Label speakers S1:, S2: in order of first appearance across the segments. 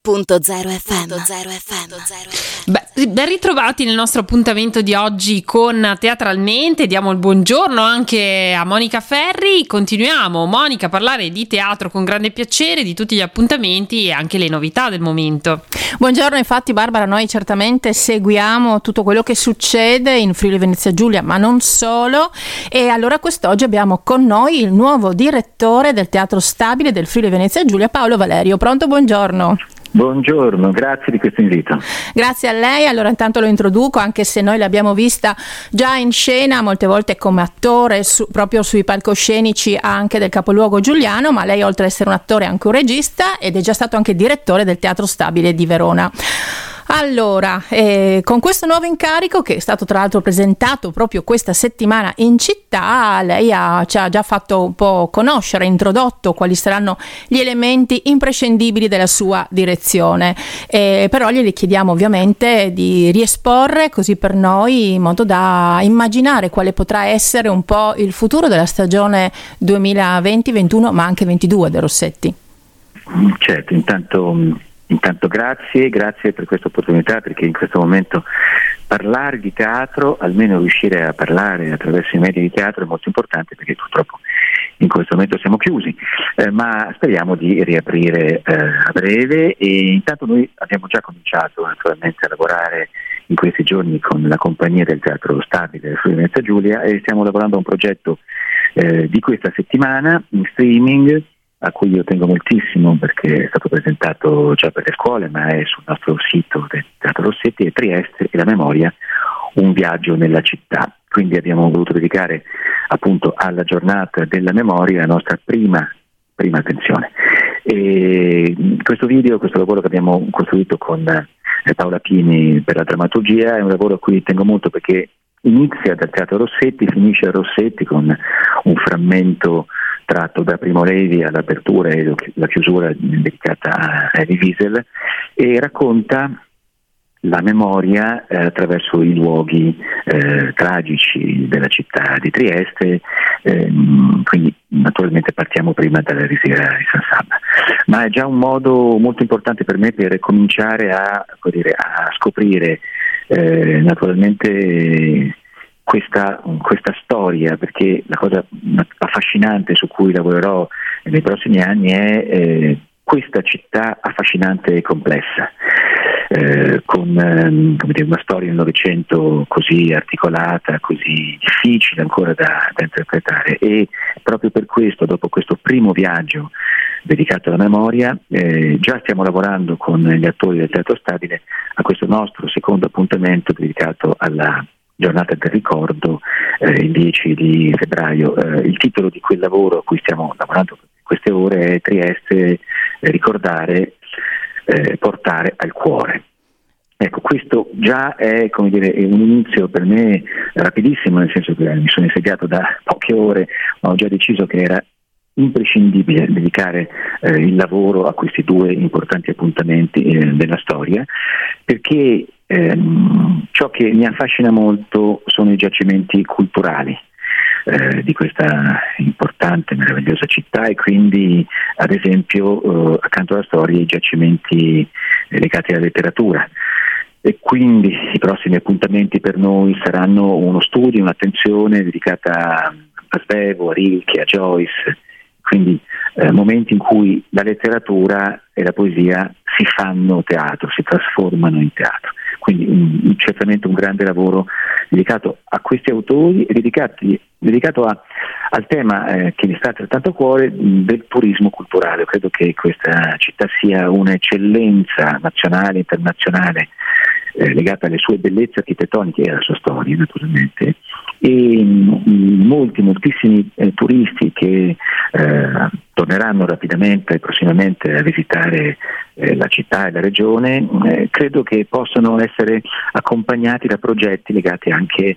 S1: Beh, ben ritrovati nel nostro appuntamento di oggi con Teatralmente. Diamo il buongiorno anche a Monica Ferri. Continuiamo, Monica, a parlare di teatro con grande piacere, di tutti gli appuntamenti e anche le novità del momento.
S2: Buongiorno, infatti Barbara, noi certamente seguiamo tutto quello che succede in Friuli Venezia Giulia, ma non solo, e allora quest'oggi abbiamo con noi il nuovo direttore del Teatro Stabile del Friuli Venezia Giulia, Paolo Valerio. Pronto, buongiorno.
S3: Buongiorno, grazie di questo invito.
S2: Grazie a lei. Allora intanto lo introduco, anche se noi l'abbiamo vista già in scena molte volte come attore proprio sui palcoscenici anche del capoluogo giuliano, ma lei oltre ad essere un attore è anche un regista ed è già stato anche direttore del Teatro Stabile di Verona. Allora, con questo nuovo incarico, che è stato tra l'altro presentato proprio questa settimana in città, lei ci ha già fatto un po' conoscere, introdotto quali saranno gli elementi imprescindibili della sua direzione, però glieli chiediamo ovviamente di riesporre così per noi, in modo da immaginare quale potrà essere un po' il futuro della stagione 2020-21 ma anche 22 del Rossetti.
S3: Certo, Intanto grazie per questa opportunità, perché in questo momento parlare di teatro, almeno riuscire a parlare attraverso i media di teatro, è molto importante, perché purtroppo in questo momento siamo chiusi, ma speriamo di riaprire a breve. E intanto noi abbiamo già cominciato naturalmente a lavorare in questi giorni con la compagnia del Teatro Stabile del Friuli Venezia Giulia, e stiamo lavorando a un progetto di questa settimana in streaming, a cui io tengo moltissimo perché è stato presentato già per le scuole, ma è sul nostro sito del Teatro Rossetti, e Trieste e la memoria, un viaggio nella città. Quindi abbiamo voluto dedicare appunto alla giornata della memoria la nostra prima attenzione. E questo lavoro che abbiamo costruito con Paola Pini per la drammaturgia, è un lavoro a cui tengo molto, perché inizia dal Teatro Rossetti, finisce a Rossetti con un frammento tratto da Primo Levi all'apertura e la chiusura dedicata a Elie Wiesel, e racconta la memoria attraverso i luoghi tragici della città di Trieste, quindi naturalmente partiamo prima dalla risiera di San Sabba, ma è già un modo molto importante per me per cominciare a scoprire naturalmente questa storia, perché la cosa affascinante su cui lavorerò nei prossimi anni è questa città affascinante e complessa, con una storia del Novecento così articolata, così difficile ancora da interpretare. E proprio per questo, dopo questo primo viaggio dedicato alla memoria, già stiamo lavorando con gli attori del Teatro Stabile a questo nostro secondo appuntamento dedicato alla giornata del ricordo, il 10 di febbraio. Il titolo di quel lavoro a cui stiamo lavorando in queste ore è Trieste, ricordare, portare al cuore. Ecco, questo già è, come dire, un inizio per me rapidissimo, nel senso che mi sono insediato da poche ore, ma ho già deciso che era imprescindibile dedicare il lavoro a questi due importanti appuntamenti della storia, perché ciò che mi affascina molto sono i giacimenti culturali di questa importante, meravigliosa città, e quindi ad esempio accanto alla storia i giacimenti legati alla letteratura. E quindi i prossimi appuntamenti per noi saranno uno studio, un'attenzione dedicata a Svevo, a Rilke, a Joyce, quindi momenti in cui la letteratura e la poesia si fanno teatro, si trasformano in teatro. Quindi certamente un grande lavoro dedicato a questi autori e dedicato al tema che mi sta altrettanto a cuore, del turismo culturale. Io credo che questa città sia un'eccellenza nazionale, internazionale, legata alle sue bellezze architettoniche e alla sua storia naturalmente, e moltissimi turisti che torneranno rapidamente e prossimamente a visitare la città e la regione, credo che possano essere accompagnati da progetti legati anche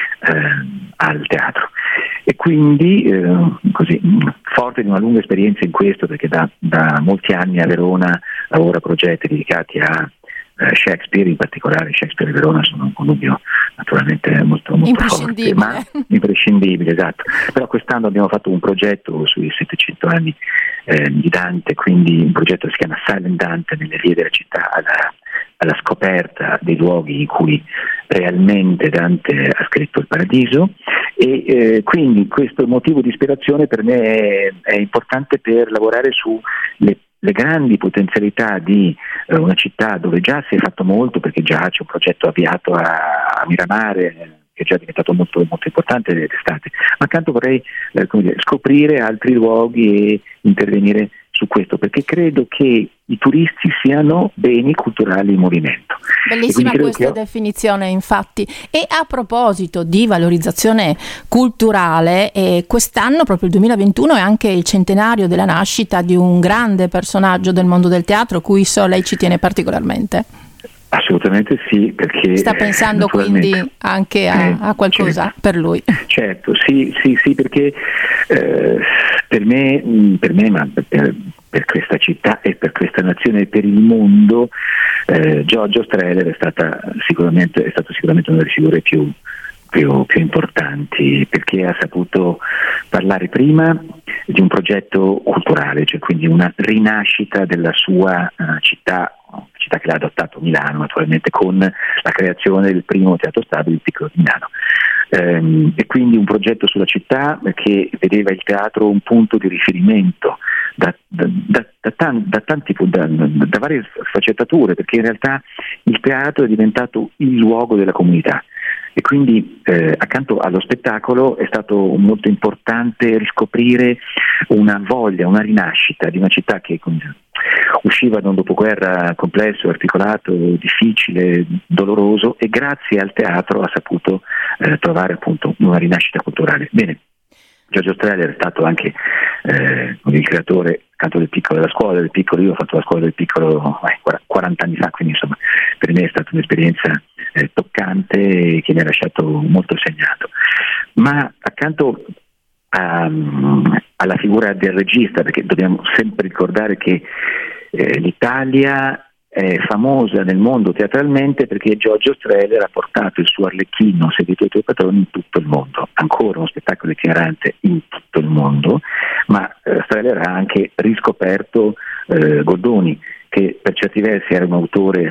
S3: al teatro. E quindi così, forte di una lunga esperienza in questo, perché da molti anni a Verona lavoro a progetti dedicati a Shakespeare, in particolare Shakespeare e Verona sono un connubio naturalmente molto, molto forte, ma imprescindibile, esatto. Però quest'anno abbiamo fatto un progetto sui 700 anni di Dante, quindi un progetto che si chiama Silent Dante, nelle vie della città, alla scoperta dei luoghi in cui realmente Dante ha scritto il Paradiso, e quindi questo motivo di ispirazione per me è importante per lavorare sulle grandi potenzialità di una città dove già si è fatto molto, perché già c'è un progetto avviato a Miramare che è già diventato molto, molto importante d'estate, ma accanto vorrei scoprire altri luoghi e intervenire su questo, perché credo che i turisti siano beni culturali in movimento.
S2: Bellissima questa definizione, infatti. E a proposito di valorizzazione culturale, quest'anno, proprio il 2021, è anche il centenario della nascita di un grande personaggio del mondo del teatro, cui so lei ci tiene particolarmente.
S3: Assolutamente sì, perché
S2: sta pensando quindi anche a qualcosa, certo, per lui.
S3: Certo, sì, perché per me, ma per questa città e per questa nazione e per il mondo, Giorgio Strehler è stato sicuramente una delle figure più importanti, perché ha saputo parlare prima di un progetto culturale, cioè quindi una rinascita della sua città che l'ha adottato Milano, naturalmente, con la creazione del primo teatro stabile, il Piccolo di Milano, e quindi un progetto sulla città che vedeva il teatro un punto di riferimento da varie sfaccettature, perché in realtà il teatro è diventato il luogo della comunità. E quindi accanto allo spettacolo è stato molto importante riscoprire una voglia, una rinascita di una città che usciva da un dopoguerra complesso, articolato, difficile, doloroso, e grazie al teatro ha saputo trovare appunto una rinascita culturale. Bene, Giorgio Strehler è stato anche il creatore, accanto del Piccolo, della scuola del Piccolo. Io ho fatto la scuola del Piccolo 40 anni fa, quindi insomma per me è stata un'esperienza toccante che mi ha lasciato molto segnato. Ma accanto alla figura del regista, perché dobbiamo sempre ricordare che l'Italia è famosa nel mondo teatralmente perché Giorgio Strehler ha portato il suo Arlecchino seguito ai tuoi patroni in tutto il mondo, ancora uno spettacolo itinerante in tutto il mondo, ma Strehler ha anche riscoperto Goldoni, che per certi versi era un autore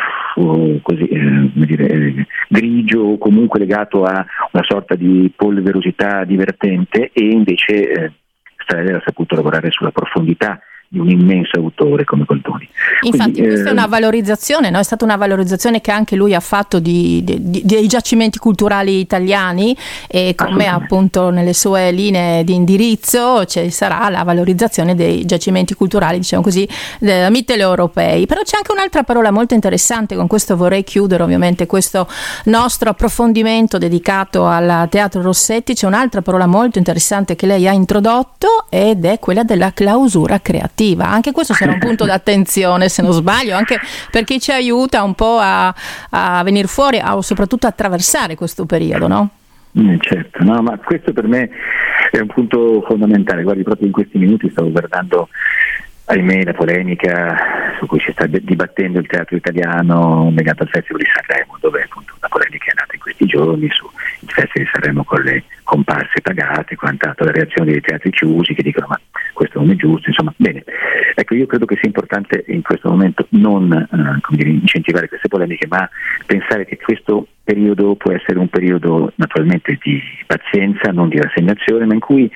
S3: grigio, comunque legato a una sorta di polverosità divertente, e invece Strehler ha saputo lavorare sulla profondità di un immenso autore come Goldoni.
S2: Infatti quindi, questa è una valorizzazione, no? È stata una valorizzazione che anche lui ha fatto dei giacimenti culturali italiani, e come appunto nelle sue linee di indirizzo ci sarà la valorizzazione dei giacimenti culturali, diciamo così, mitteleuropei. Però c'è anche un'altra parola molto interessante, con questo vorrei chiudere ovviamente questo nostro approfondimento dedicato al Teatro Rossetti. C'è un'altra parola molto interessante che lei ha introdotto, ed è quella della clausura creativa. Anche questo sarà un punto d'attenzione, se non sbaglio, anche perché ci aiuta un po' a venire fuori, o soprattutto a attraversare questo periodo, no?
S3: Certo, no, ma questo per me è un punto fondamentale. Guardi, proprio in questi minuti stavo guardando, ahimè, la polemica su cui si sta dibattendo il teatro italiano legato al Festival di Sanremo, dove appunto la polemica è nata in questi giorni su il Festival di Sanremo con le comparse pagate, quant'altro, la reazione dei teatri chiusi che dicono ma questo non è giusto, insomma. Bene, ecco, io credo che sia importante in questo momento non incentivare queste polemiche, ma pensare che questo periodo può essere un periodo naturalmente di pazienza, non di rassegnazione, ma in cui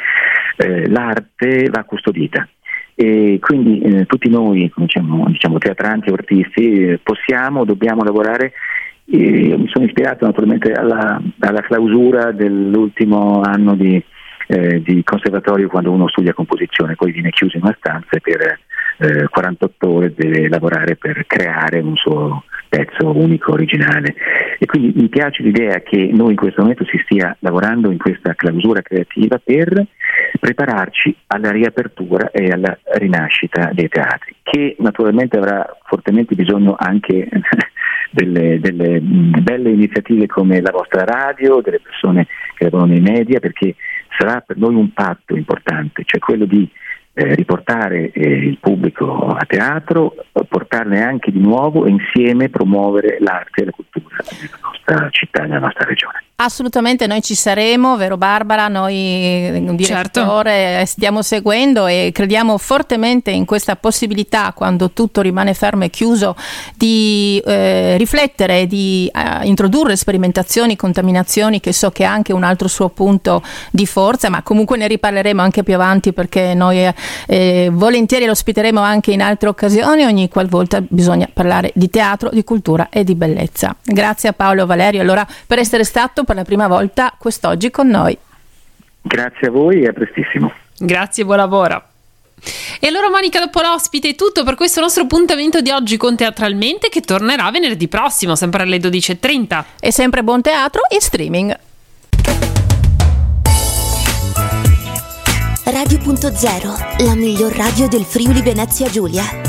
S3: l'arte va custodita. E quindi tutti noi, diciamo teatranti o artisti, dobbiamo lavorare. Io mi sono ispirato naturalmente alla clausura dell'ultimo anno di conservatorio, quando uno studia composizione, poi viene chiuso in una stanza e per 48 ore deve lavorare per creare un suo pezzo unico, originale. E quindi mi piace l'idea che noi in questo momento si stia lavorando in questa clausura creativa per prepararci alla riapertura e alla rinascita dei teatri, che naturalmente avrà fortemente bisogno anche delle belle iniziative come la vostra radio, delle persone che lavorano nei media, perché sarà per noi un patto importante, cioè quello di riportare il pubblico a teatro, portarne anche di nuovo e insieme promuovere l'arte e la cultura nella nostra città e nella nostra regione.
S2: Assolutamente, noi ci saremo, vero Barbara? Noi, un direttore,
S1: certo,
S2: stiamo seguendo e crediamo fortemente in questa possibilità, quando tutto rimane fermo e chiuso, di riflettere, di introdurre sperimentazioni, contaminazioni, che so che è anche un altro suo punto di forza, ma comunque ne riparleremo anche più avanti, perché noi volentieri lo ospiteremo anche in altre occasioni, ogni qualvolta bisogna parlare di teatro, di cultura e di bellezza. Grazie a Paolo Valerio allora per essere stato per la prima volta quest'oggi con noi.
S3: Grazie a voi e a prestissimo.
S1: Grazie, buon lavoro. E allora Monica, dopo l'ospite è tutto per questo nostro appuntamento di oggi con Teatralmente, che tornerà venerdì prossimo sempre alle 12:30.
S2: E sempre buon teatro in streaming.
S4: Radio.0, la miglior radio del Friuli Venezia Giulia.